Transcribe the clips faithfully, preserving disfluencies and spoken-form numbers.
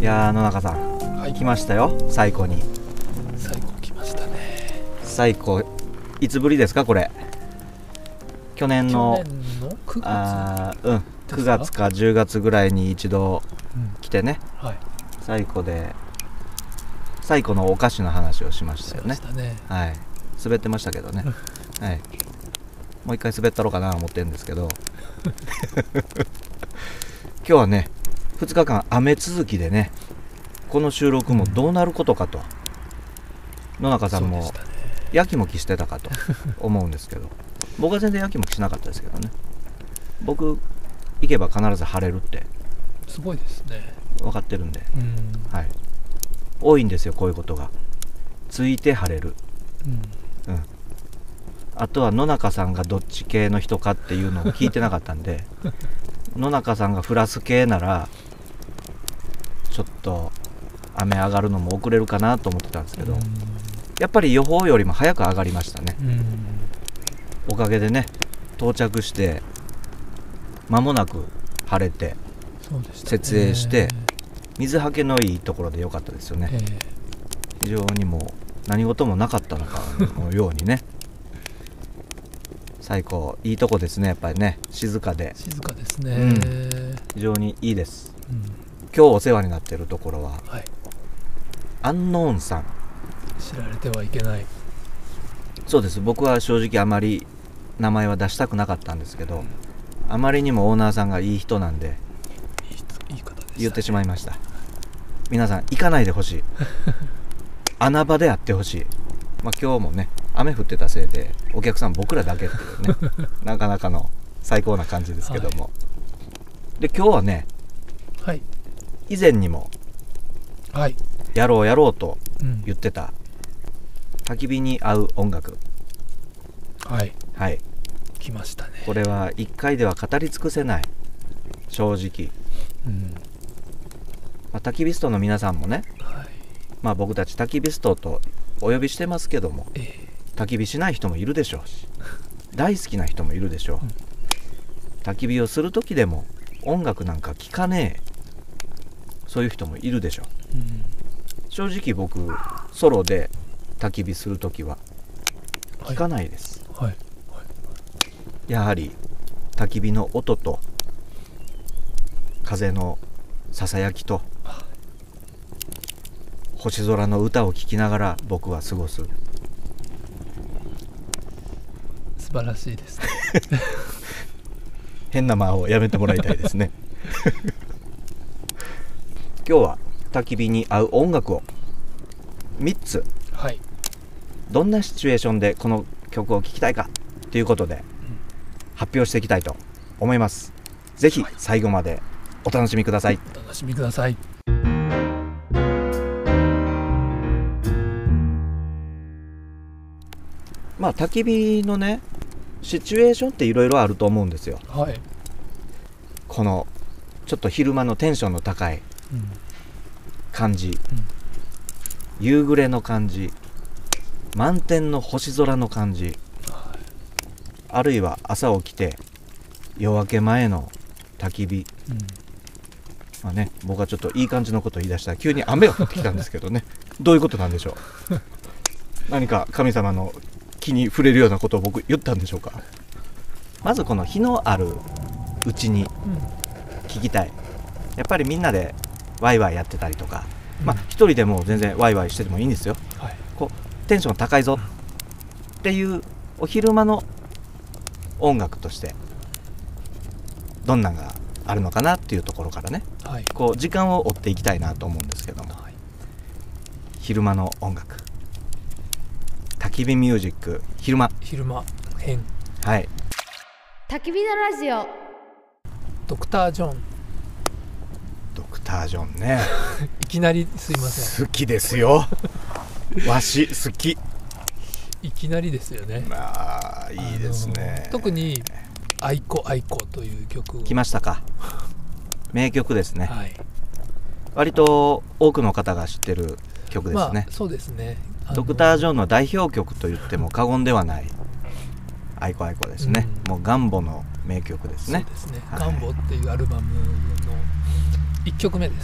いやー野中さん、はい、来ましたよ最高に。 最高来ましたね。 最高いつぶりですかこれ？去年の去年のくがつあうんくがつかじゅうがつぐらいに一度来てね、 うん、はい、 最高で最高のお菓子の話をしましたよね。 しましたね。 はい、滑ってましたけどねはい、もう一回滑ったろうかなと思ってるんですけど今日はねふつかかん雨続きでね、この収録もどうなることかと、野中さんもやきもきしてたかと思うんですけど僕は全然やきもきしなかったですけどね。僕行けば必ず晴れるってすごいですね。 分かってるんで、 うん、 はい、多いんですよこういうことが。ついて晴れる、うんうん、あとは野中さんがどっち系の人かっていうのを聞いてなかったんで野中さんがフラス系ならちょっと雨上がるのも遅れるかなと思ってたんですけど、やっぱり予報よりも早く上がりましたね。おかげでね到着して間もなく晴れて、設営して水はけのいいところで良かったですよね。非常にもう何事もなかったのかのようにね最高いいとこですね。やっぱりね静かで静かですね、うん、 非常にいいです、うん、今日お世話になっているところは、はい、アンノーンさん。 知られてはいけない。 そうです。僕は正直あまり名前は出したくなかったんですけど、うん、あまりにもオーナーさんがいい人なんでいい方でしたね、 言ってしまいました。皆さん行かないでほしい穴場であってほしい。まあ、今日もね雨降ってたせいでお客さん僕らだけっていうねなかなかの最高な感じですけども、はい、で今日はね、はい、以前にもやろうやろうと言ってた、うん、焚き火に合う音楽、 はいはい、 来ましたね。 これはいっかいでは語り尽くせない、正直、うんまあ、焚き火ストの皆さんもね、はい、まあ、僕たち焚き火ストとお呼びしてますけども、えー、焚き火しない人もいるでしょうし大好きな人もいるでしょう、うん、焚き火をする時でも音楽なんか聴かねえ、そういう人もいるでしょう、うん、正直僕ソロで焚き火する時は聴かないです、はいはいはい、やはり焚き火の音と風のささやきと星空の歌を聴きながら僕は過ごす。 素晴らしいですね変な間をやめてもらいたいですね今日は焚き火に合う音楽をみっつ、はい、どんなシチュエーションでこの曲を聴きたいかということで、うん、発表していきたいと思います。ぜひ最後までお楽しみください。 お楽しみください。 まあ焚き火のねシチュエーションっていろいろあると思うんですよ、はい、このちょっと昼間のテンションの高い感じ、うん、夕暮れの感じ、満天の星空の感じ、はい、あるいは朝起きて夜明け前の焚き火、うん、まあね、僕はちょっといい感じのことを言い出したら急に雨が降ってきたんですけどねどういうことなんでしょう何か神様の気に触れるようなことを僕言ったんでしょうか。まずこの日のあるうちに聞きたい、やっぱりみんなでワイワイやってたりとか、うん、まあ一人でも全然ワイワイしててもいいんですよ、はい、こうテンション高いぞっていうお昼間の音楽としてどんなのがあるのかなっていうところからね、はい、こう時間を追っていきたいなと思うんですけども、はい、昼間の音楽、焚き火ミュージック昼間昼間編、 はい、 焚き火のラジオドクタージョン。 ドクタージョンねいきなりすいません。好きですよわし好き。 いきなりですよね。 まあいいですね。 特に愛子愛子という曲来ましたか。名曲ですね、はい、割と多くの方が知ってる曲ですね、 まあ、そうですね。 ドクター・ジョンの代表曲と言っても過言ではない愛子愛子ですね、うん、もうガンボの名曲ですね。 そうですね、 はい、 ガンボっていうアルバムのいっきょくめです。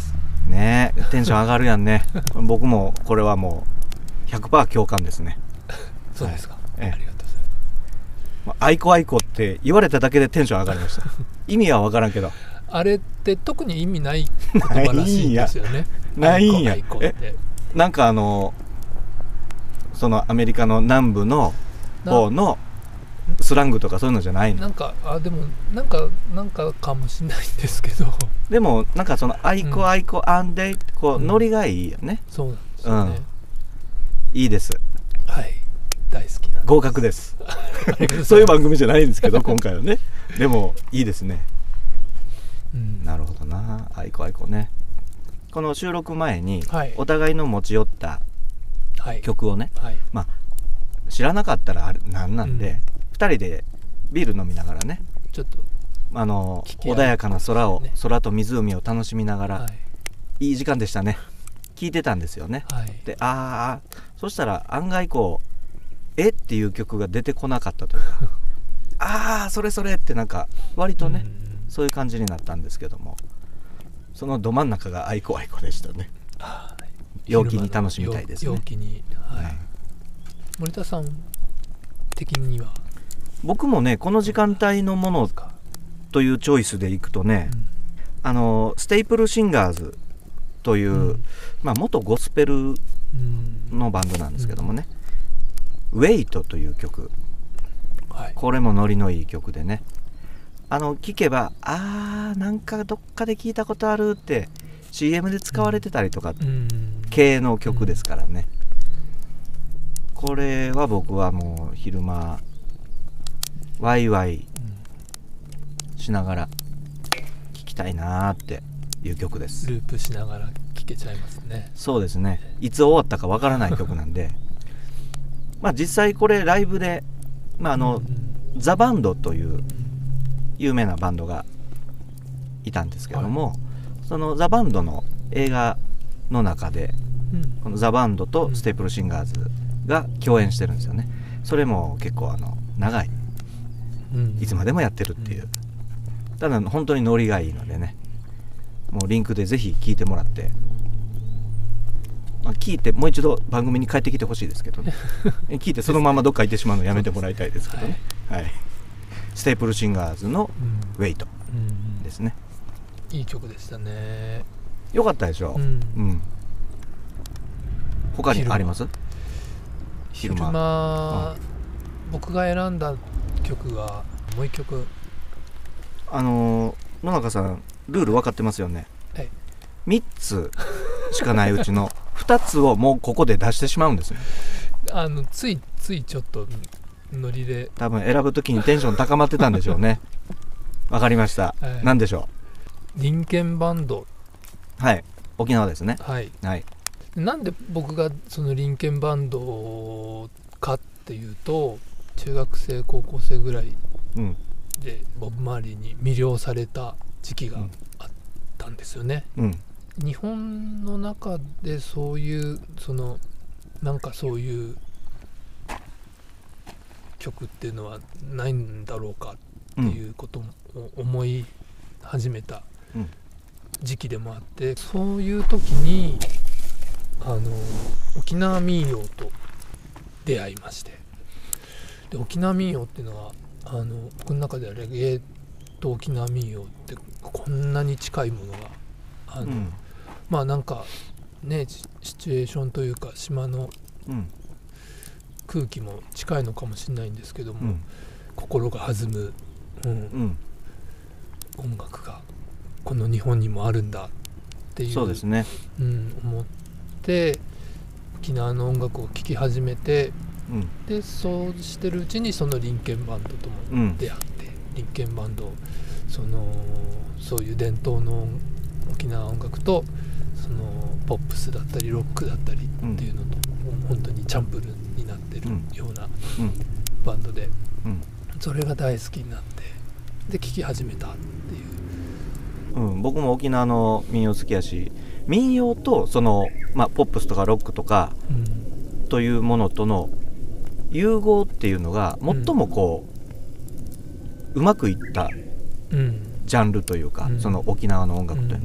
ねえ、テンション上がるやんね僕もこれはもう ひゃくパーセント 共感ですね。 そうですか、 はい、 ありがとうございます。アイコアイコって言われただけでテンション上がりました意味は分からんけど、 あれって特に意味ない言葉らしいんですよねないんや。 アイコアイコってえなんかあのそのアメリカの南部の方のスラングとかそういうのじゃないの？ なんかあでもなんかなんかかもしれないんですけどでもなんかそのアイコアイコアンデイこうノリがいいよね、 うん、そうなんですよね、 うん、いいです。 はい大好きなんです。 合格ですそういう番組じゃないんですけど今回はねでもいいですね、うん、なるほどな。アイコアイコね。この収録前にお互いの持ち寄った曲をね、はいはい、まあ知らなかったらあれなんなんで、うん、ふたりでビール飲みながらねちょっとあの穏やかな空を、ね、空と湖を楽しみながら、はい、いい時間でしたね。聞いてたんですよね、はい、でああそしたら案外こうえっていう曲が出てこなかったというかああそれそれってなんか割とね、うん、そういう感じになったんですけども、そのど真ん中がアイコアイコでしたね。陽気に楽しみたいですね。 陽気に、はい、うん、森田さん的には？ 僕もねこの時間帯のものというチョイスでいくとね、うん、あのステイプルシンガーズという、うん、まあ、元ゴスペルのバンドなんですけどもね、うん、ウェイトという曲、はい、これもノリのいい曲でね、あの聴けばあーなんかどっかで聞いたことあるって シーエム で使われてたりとか系の曲ですからね、うん、これは僕はもう昼間ワイワイしながら聴きたいなーっていう曲です。 ループしながら聴けちゃいますね。 そうですね、いつ終わったかわからない曲なんでまあ実際これライブで、まああのうんうん、ザ・バンドという有名なバンドがいたんですけども、はい、そのザ・バンドの映画の中で、うん、このザ・バンドとステープルシンガーズが共演してるんですよね。それも結構あの長い、うん、いつまでもやってるっていう、うん、ただ本当にノリがいいのでね、もうリンクでぜひ聞いてもらって、まあ、聞いてもう一度番組に帰ってきてほしいですけどね聞いてそのままどっか行ってしまうのやめてもらいたいですけどね、はい、はい、ステープルシンガーズのウェイトですね、 うんうん、いい曲でしたね。 よかったでしょ、うんうん、他にあります？ 昼間、昼間、うん、僕が選んだ曲がもう一曲、 あの野中さんルール分かってますよね。 はい、 みっつしかないうちのふたつをもうここで出してしまうんですよ。 あのついついちょっとノリで多分選ぶときにテンション高まってたんでしょうねわかりました、はい、何でしょう？リンケンバンド。 はい、沖縄ですね。 はい、 はい、 なんで僕がそのリンケンバンドかっていうと、中学生高校生ぐらいでボブ・マーリーに魅了された時期があったんですよね、うん、日本の中でそういうそのなんかそういう曲っていうのはないんだろうかっていうことを思い始めた時期でもあって、そういう時にあの沖縄民謡と出会いまして、で沖縄民謡っていうのはあの僕の中ではレゲエと沖縄民謡ってこんなに近いものがあの、うん、まあなんかねシチュエーションというか島の空気も近いのかもしれないんですけども、うん、心が弾む、うんうん、音楽がこの日本にもあるんだっていう、 そうですね、 うん、思って沖縄の音楽を聴き始めて、うん、でそうしてるうちにそのリンケンバンドとも出会って、うん、リンケンバンドそのそういう伝統の沖縄音楽とそのポップスだったりロックだったりっていうのと、うん、本当にチャンプルになってるようなバンドで、うんうん、それが大好きになってで聴き始めたっていう、 うん、僕も沖縄の民謡好きやし、民謡とその、まあ、ポップスとかロックとか、うん、というものとの融合っていうのが最もこう、うん、うまくいったジャンルというか、うん、その沖縄の音楽というのは、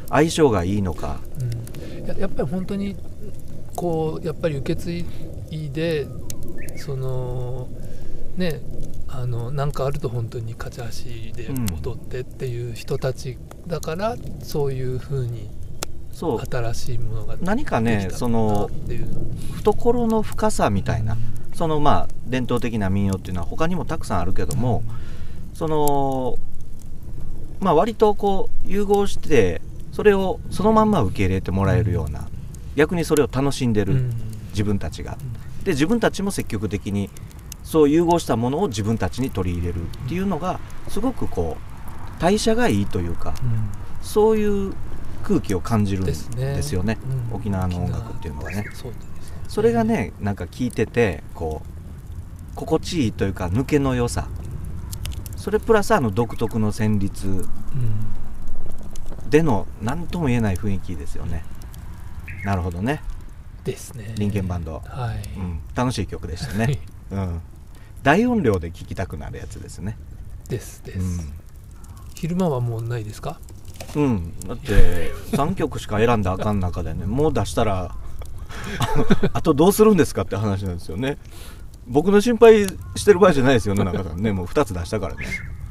相性がいいのか、 うん、や, やっぱり本当にこうやっぱり受け継いでそのねあのなんかあると本当に勝ち足で踊ってっていう人たちだから、うん、そういう風にそう新しいものができた何かねその懐の深さみたいな、うん、そのまあ伝統的な民謡っていうのは他にもたくさんあるけども、うん、そのまあ割とこう融合してそれをそのまんま受け入れてもらえるような、うん、逆にそれを楽しんでる、うん、自分たちが、うん、で自分たちも積極的にそう融合したものを自分たちに取り入れるっていうのがすごくこう代謝がいいというか、うん、そういう空気を感じるんですよね、うん、沖縄の音楽っていうのはね。そうですね。それがねなんか聞いててこう心地いいというか抜けの良さ、それプラスあの独特の旋律での何とも言えない雰囲気ですよね。なるほどね。 ですね。 林間バンド、 はい、 うん、楽しい曲でしたね、うん、大音量で聴きたくなるやつですね。 ですです、うん、昼間はもうないですか？ うん、だってさんきょくしか選んだらあかん中でねもう出したら あ, あとどうするんですかって話なんですよね。僕の心配してる場合じゃないですよね。中さんねもうふたつ出したからね。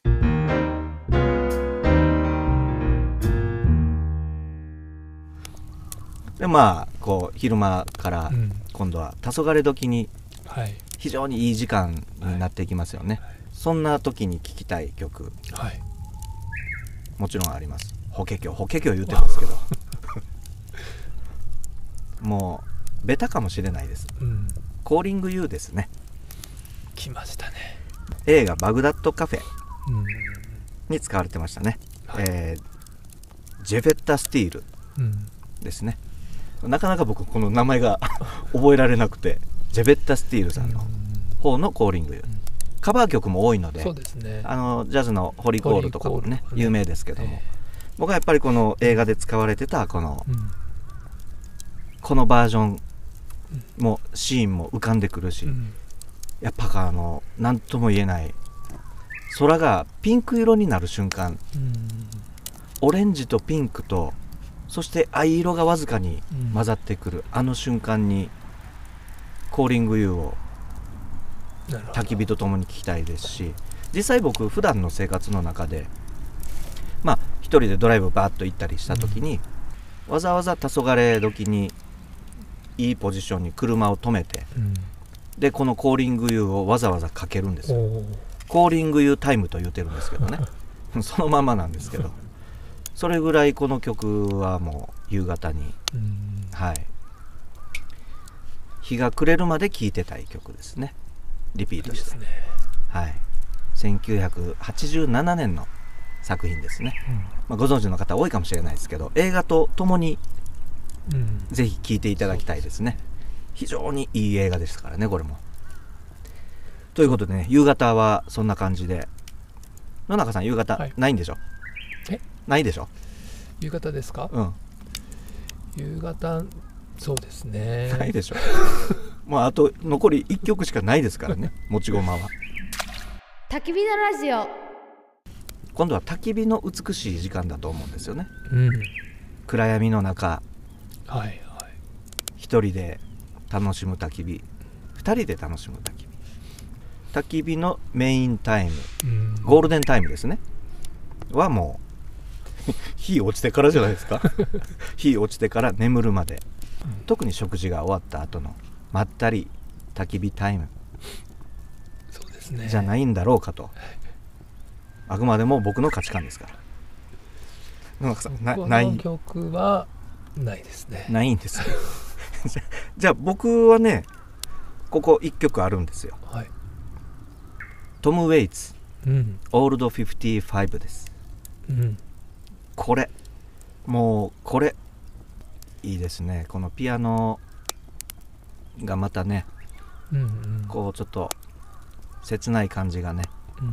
でまあこう昼間から今度は黄昏時に非常にいい時間になっていきますよね、はいはい、そんな時に聴きたい曲、はい、もちろんあります。法華経法華経言ってますけどもうベタかもしれないです、うん、コーリング ユー ですね。 来ましたね。 映画バグダッドカフェに使われてましたね、うん、えー、ジェフェッタ・スティールですね、うん、なかなか僕この名前が覚えられなくてジェフェッタ・スティールさんの方のコーリング ユー、うん、カバー曲も多いので、そうですね、あのジャズのホリコールとかもね有名ですけども、えー、僕はやっぱりこの映画で使われてたこの、うん、このバージョンもシーンも浮かんでくるし、うん、やっぱあの何とも言えない空がピンク色になる瞬間、うん、オレンジとピンクとそして藍色がわずかに混ざってくる、うん、あの瞬間にコーリング ユー を焚き火とともに聴きたいですし、実際僕普段の生活の中でまあ一人でドライブバーッと行ったりした時に、うん、わざわざ黄昏時にいいポジションに車を止めて、うん、でこのコーリング ユー をわざわざかけるんですよ。コーリング ユー タイムと言ってるんですけどねそのままなんですけどそれぐらいこの曲はもう夕方に、うん、はい、日が暮れるまで聴いてたい曲ですね。リピートして、いいですね、はい、せんきゅうひゃくはちじゅうななねんの作品ですね、うん、まあ、ご存知の方多いかもしれないですけど映画とともに、うん、ぜひ聴いていただきたいですね。非常にいい映画ですからねこれも。ということでね夕方はそんな感じで、野中さん夕方、はい、ないんでしょ？えないでしょ？ 夕方ですか？ うん、 夕方そうですねないでしょもうあと残りいっきょくしかないですからねもちごまは。 焚き火のラジオ、 今度は焚き火の美しい時間だと思うんですよね、うん、暗闇の中、はいはい、一人で楽しむ焚き火、二人で楽しむ焚き火、焚き火のメインタイム、うん、ゴールデンタイムですねはもう火落ちてからじゃないですか火落ちてから眠るまで、うん、特に食事が終わった後のまったり焚き火タイム、 そうですね、 じゃないんだろうかと。あくまでも僕の価値観ですから。野中さんなない。この曲はないですね。 ないんですよじゃあ僕はねここいっきょくあるんですよ、はい、トム・ウェイツ、うん、オールドフィフティーファイブです、うん、これもうこれいいですね。このピアノがまたね、うんうん、こうちょっと切ない感じがね、うん、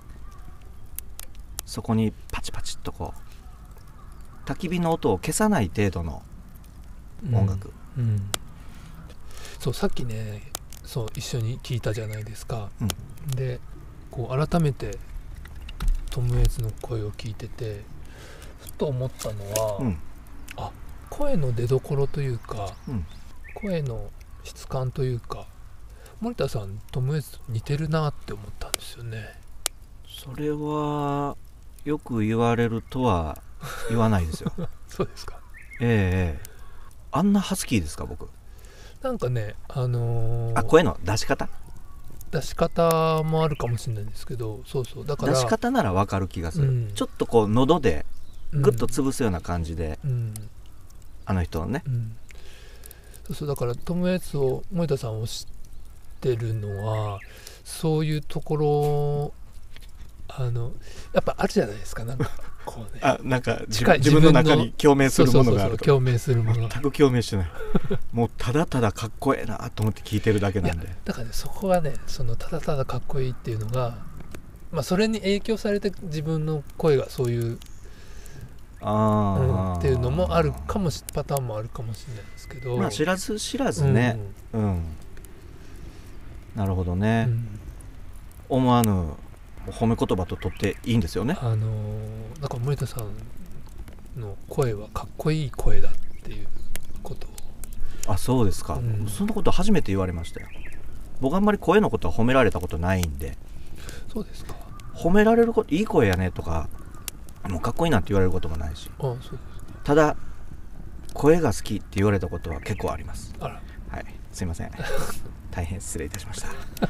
そこにパチパチっとこう焚き火の音を消さない程度の音楽、うんうん、 そうさっきねそう一緒に聞いたじゃないですか、うん、でこう改めてトム・ウェイツの声を聞いててと思ったのは、 うん、 あ、声の出どころというか、 うん、 声の質感というか、森田さんトム・ウェイツと似てるなって思ったんですよね。 それはよく言われるとは言わないですよ。 そうですか。 ええ、あんなハスキーですか僕。 なんかね、あのー、 あ、声の出し方出し方もあるかもしれないんですけど、そうそう、だから出し方なら分かる気がする、うん、ちょっとこう喉でグッと潰すような感じで、うん、あの人はね、うん、 そうそう、だからトム・ウェイツを森田さんを知ってるのはそういうところ、あのやっぱあるじゃないですか、なんかこうね、 あ、なんか自分の中に共鳴するものがあると。 共鳴するもの、 全く共鳴してない。もうただただかっこええなと思って聞いてるだけなんで。 だからね、そこはね、そのただただかっこいいっていうのが、まあ、それに影響されて自分の声がそういう、 あ、 うん、っていうのもあるかもしパターンもあるかもしれないですけど、 まあ知らず知らずね、うん、うん、なるほどね、うん、思わぬ褒め言葉と取っていいんですよね。 あのー、だから森田さんの声はかっこいい声だっていうことを。 あ、そうですか、うん、そんなこと初めて言われましたよ。僕あんまり声のことは褒められたことないんで。 そうですか。 褒められること、いい声やねとかもうかっこいいなって言われることもないし、 あ、そうですか。 ただ声が好きって言われたことは結構あります。 あら、 はい、すいません。大変失礼いたしました。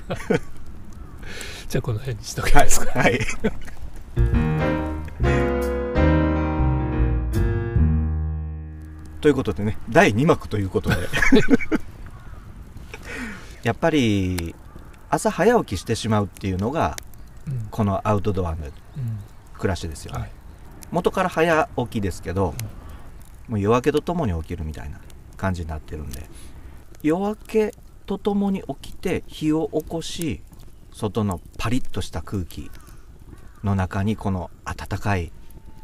じゃあこの辺にしときますか。 はい、はい、ということでね、だいに幕ということでやっぱり朝早起きしてしまうっていうのが、うん、このアウトドアの暮らしですよね、うん、はい、元から早起きですけど、うん、もう夜明けとともに起きるみたいな感じになってるんで、夜明けとともに起きて火を起こし、外のパリッとした空気の中にこの暖かい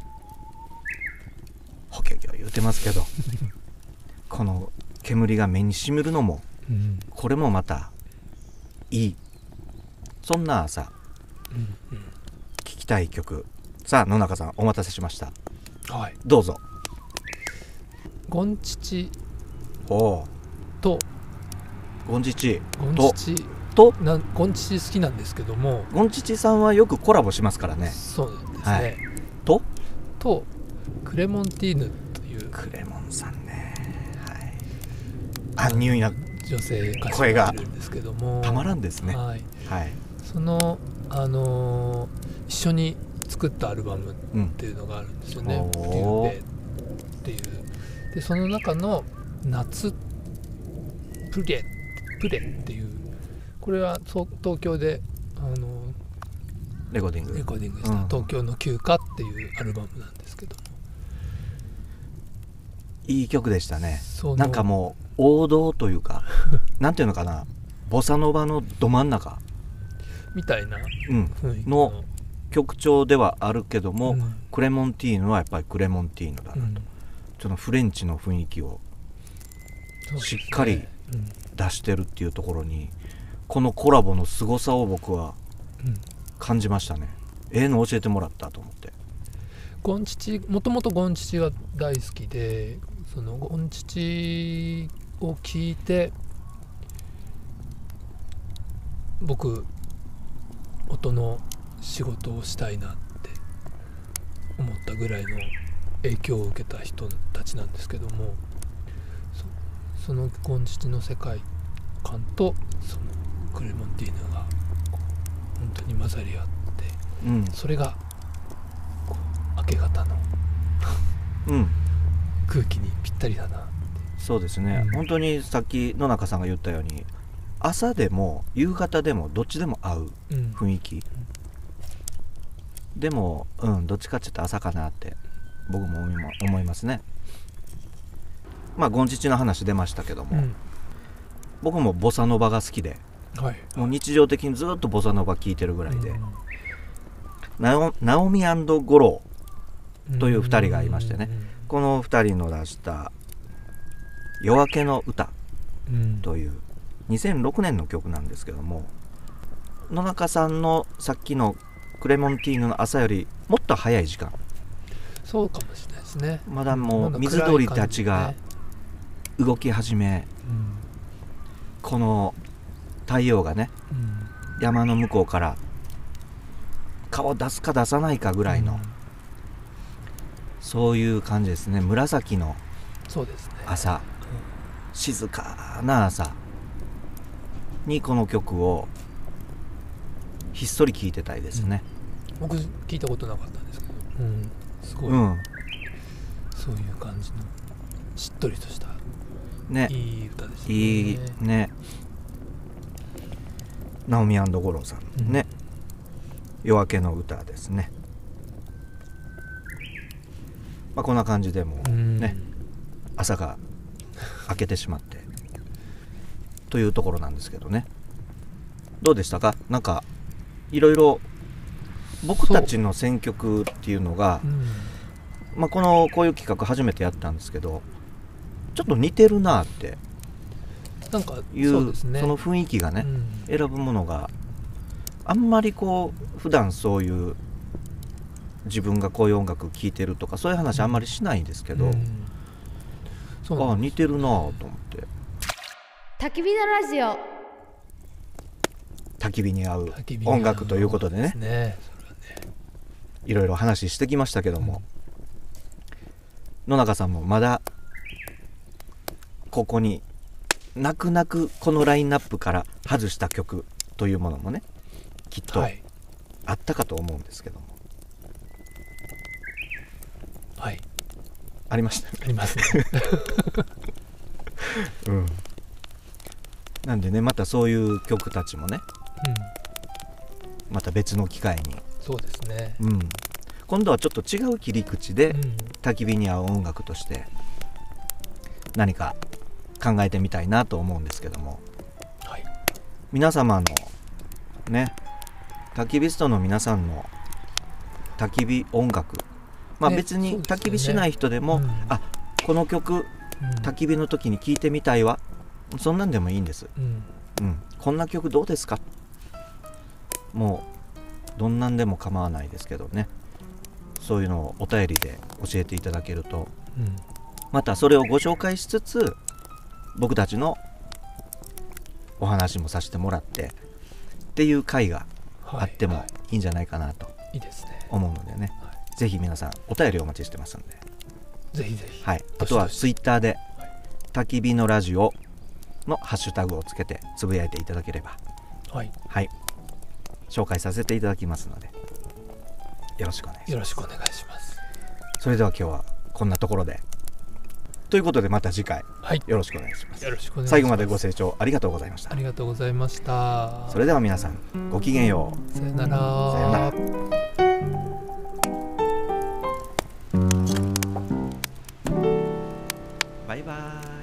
ホケギョ言うてますけどこの煙が目にしみるのも、うん、これもまたいい、そんな朝、うんうん、聞きたい曲。さあ野中さんお待たせしました、はい、どうぞ。 ゴンチチおとゴンチチゴンチチとなゴンチチ好きなんですけども、 ゴンチチさんはよくコラボしますからね。 そうなんですね、はい、 ととクレモンティーヌというクレモンさんね、はい、アンニュイな女性歌手がいるんですけども、 たまらんですね、 はいはい、 その、あのー、一緒に作ったアルバムっていうのがあるんですよね、うん、デューベっていう。でその中の夏プレプレっていう、これは東京で、あのー、 レコーディングレコーディングした、うん、東京の休暇っていうアルバムなんですけども、 いい曲でしたね。なんかもう王道というかなんていうのかな、ボサノバのど真ん中みたいな雰囲気の曲調ではあるけども、うん、クレモンティーヌはやっぱりクレモンティーヌだなと、うん、そのフレンチの雰囲気をしっかり出してるっていうところに、このコラボの凄さを僕は感じましたね。ええの教えてもらったと思って。 ゴンチチ、もともとゴンチチが大好きで、そのゴンチチを聞いて僕音の仕事をしたいなって思ったぐらいの影響を受けた人たちなんですけども、 そ, そのゴンチチの世界観とそのクレモンティーヌが本当に混ざり合って、うん、それがこう明け方の、うん、空気にぴったりだなって。 そうですね、うん、本当にさっき野中さんが言ったように、朝でも夕方でもどっちでも合う雰囲気、うんうん、でも、うん、どっちかっていうと朝かなって僕も思いますね。まあゴンチチの話出ましたけども、うん、僕もボサノバが好きで、はい、もう日常的にずっとボサノバ聴いてるぐらいで、うん、ナオ、ナオミ&ゴローというふたりがいましてね、うん、このふたりの出した夜明けの歌というにせんろくねんの曲なんですけども、野中さんのさっきのクレモンティーヌの朝よりもっと早い時間そうかもしれないですね。 まだもう水鳥たちが動き始め、うん、この太陽がね、うん、山の向こうから顔出すか出さないかぐらいの、うん、そういう感じですね。紫の朝、ね、うん、静かな朝にこの曲をひっそり聴いてたいですね、 うん、僕聞いたことなかったんですけど、うん、すごい、うん、そういう感じのしっとりとしたね、いい歌ですね。 いいね。ナオミ&五郎さんのね、うん、夜明けの歌ですね。まあ、こんな感じでもうね、うん、朝が明けてしまってというところなんですけどね。どうでしたか？なんかいろいろ僕たちの選曲っていうのが、うん、まあ、このこういう企画初めてやったんですけど、ちょっと似てるなってなんかいう、そうですね、その雰囲気がね、うん、選ぶものがあんまりこう普段そういう自分がこういう音楽聴いてるとかそういう話あんまりしないんですけど、うんうん、ああ似てるなと思って。 焚き火のラジオ、 焚き火に合う音楽ということでね、ね、いろいろ話してきましたけども、うん、野中さんもまだここに泣く泣くこのラインナップから外した曲というものもねきっとあったかと思うんですけども、 はい、 ありましたね。 ありますねうん、なんでねまたそういう曲たちもね、うん、また別の機会に、 そうですね、 うん、今度はちょっと違う切り口で、うん、焚き火に合う音楽として何か考えてみたいなと思うんですけども、はい、皆様のね焚き火ストの皆さんの焚き火音楽、まあ別に焚き火しない人でも、ね、うん、あこの曲、うん、焚き火の時に聴いてみたいわ、そんなんでもいいんです、うんうん、こんな曲どうですか、もうどんなんでも構わないですけどね、そういうのをお便りで教えていただけると、うん、またそれをご紹介しつつ僕たちのお話もさせてもらってっていう回があってもいいんじゃないかなと思うのでね、はい、ぜひ皆さんお便りお待ちしてますので、 ぜひぜひ、 はい、あとはツイッターで焚き火のラジオのハッシュタグをつけてつぶやいていただければ、はいはい、紹介させていただきますのでよろしくお願いします。 よろしくお願いします。 それでは今日はこんなところでということで、また次回、はい、よろしくお願いします。 よろしくお願いします。 最後までご清聴ありがとうございました。 ありがとうございました。 それでは皆さんごきげんよう。さよなら。さよなら。 バイバーイ。